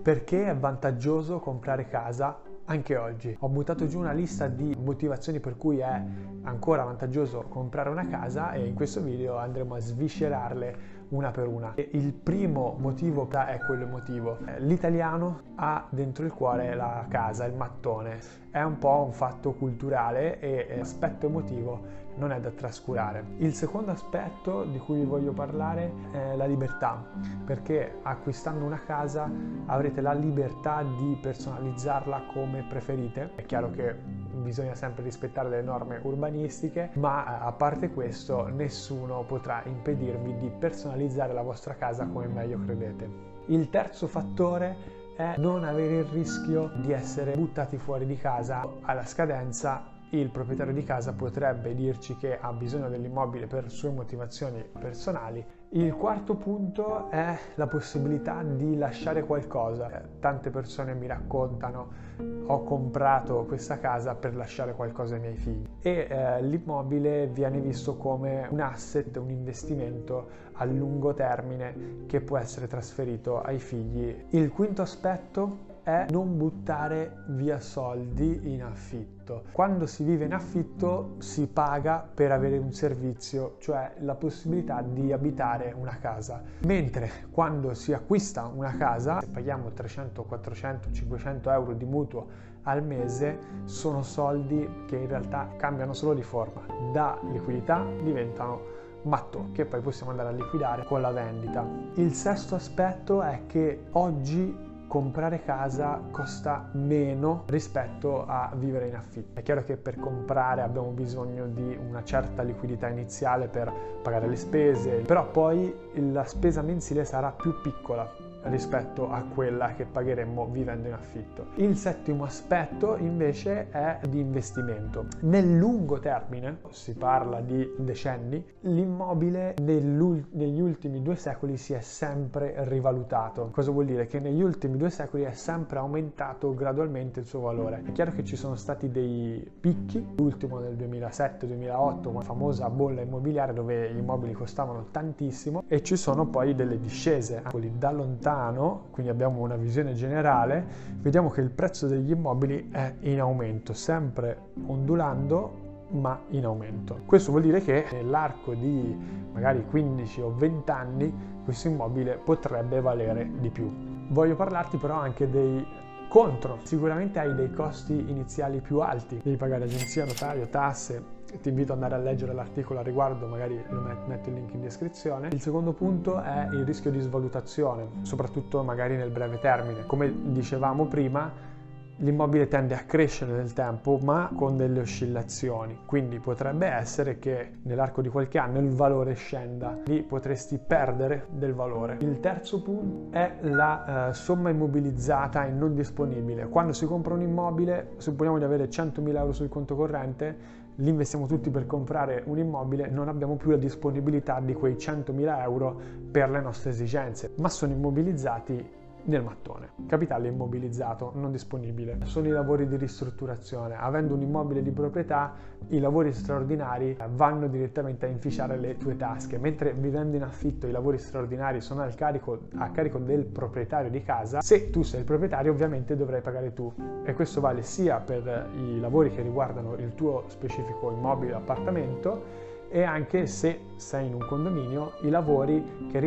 Perché è vantaggioso comprare casa anche oggi? Ho buttato giù una lista di motivazioni per cui è ancora vantaggioso comprare una casa e in questo video andremo a sviscerarle una per una. E il primo motivo è quello emotivo. L'italiano ha dentro il cuore la casa, il mattone. È un po' un fatto culturale e l'aspetto emotivo non è da trascurare. Il secondo aspetto di cui vi voglio parlare è la libertà, perché acquistando una casa avrete la libertà di personalizzarla come preferite. È chiaro che bisogna sempre rispettare le norme urbanistiche, ma a parte questo nessuno potrà impedirvi di personalizzare la vostra casa come meglio credete. Il terzo fattore è non avere il rischio di essere buttati fuori di casa alla scadenza. Il proprietario di casa potrebbe dirci che ha bisogno dell'immobile per sue motivazioni personali. Il quarto punto è la possibilità di lasciare qualcosa. Tante persone mi raccontano: ho comprato questa casa per lasciare qualcosa ai miei figli, e l'immobile viene visto come un asset, un investimento a lungo termine che può essere trasferito ai figli. Il quinto aspetto è non buttare via soldi in affitto. Quando si vive in affitto si paga per avere un servizio, cioè la possibilità di abitare una casa, mentre quando si acquista una casa paghiamo 300, 400, 500 euro di mutuo al mese. Sono soldi che in realtà cambiano solo di forma, da liquidità diventano mattoni che poi possiamo andare a liquidare con la vendita. Il sesto aspetto è che oggi comprare casa costa meno rispetto a vivere in affitto. È chiaro che per comprare abbiamo bisogno di una certa liquidità iniziale per pagare le spese, però poi la spesa mensile sarà più piccola rispetto a quella che pagheremmo vivendo in affitto. Il settimo aspetto invece è di investimento. Nel lungo termine, si parla di decenni, l'immobile negli ultimi 2 secoli si è sempre rivalutato. Cosa vuol dire? Che negli ultimi 2 secoli è sempre aumentato gradualmente il suo valore. È chiaro che ci sono stati dei picchi, l'ultimo nel 2007-2008, una famosa bolla immobiliare dove gli immobili costavano tantissimo, e ci sono poi delle discese. Da lontano, quindi abbiamo una visione generale, vediamo che il prezzo degli immobili è in aumento, sempre ondulando ma in aumento. Questo vuol dire che nell'arco di magari 15 o 20 anni questo immobile potrebbe valere di più. Voglio parlarti però anche dei contro. Sicuramente hai dei costi iniziali più alti, devi pagare agenzia, notario, tasse. Ti invito ad andare a leggere l'articolo a riguardo, magari metto il link in descrizione. Il secondo punto è il rischio di svalutazione, soprattutto magari nel breve termine. Come dicevamo prima, l'immobile tende a crescere nel tempo ma con delle oscillazioni, quindi potrebbe essere che nell'arco di qualche anno il valore scenda, lì potresti perdere del valore. Il terzo punto è la somma immobilizzata e non disponibile. Quando si compra un immobile, supponiamo di avere 100.000 euro sul conto corrente, li investiamo tutti per comprare un immobile, non abbiamo più la disponibilità di quei 100.000 euro per le nostre esigenze, ma sono immobilizzati nel mattone. Capitale immobilizzato, non disponibile. Sono i lavori di ristrutturazione. Avendo un immobile di proprietà, i lavori straordinari vanno direttamente a inficiare le tue tasche, mentre vivendo in affitto i lavori straordinari sono a carico del proprietario di casa. Se tu sei il proprietario, ovviamente dovrai pagare tu, e questo vale sia per i lavori che riguardano il tuo specifico immobile o appartamento, e anche se sei in un condominio, i lavori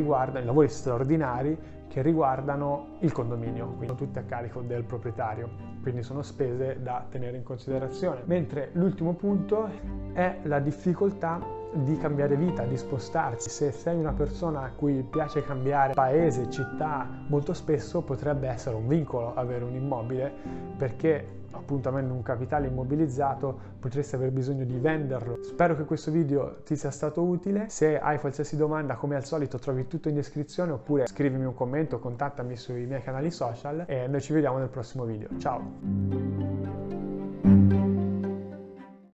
straordinari che riguardano il condominio, quindi sono tutti a carico del proprietario, quindi sono spese da tenere in considerazione. Mentre l'ultimo punto è la difficoltà di cambiare vita, di spostarsi. Se sei una persona a cui piace cambiare paese, città, molto spesso potrebbe essere un vincolo avere un immobile, perché appunto avendo un capitale immobilizzato potresti aver bisogno di venderlo. Spero che questo video ti sia stato utile. Se hai qualsiasi domanda, come al solito trovi tutto in descrizione, oppure scrivimi un commento, contattami sui miei canali social e noi ci vediamo nel prossimo video. Ciao!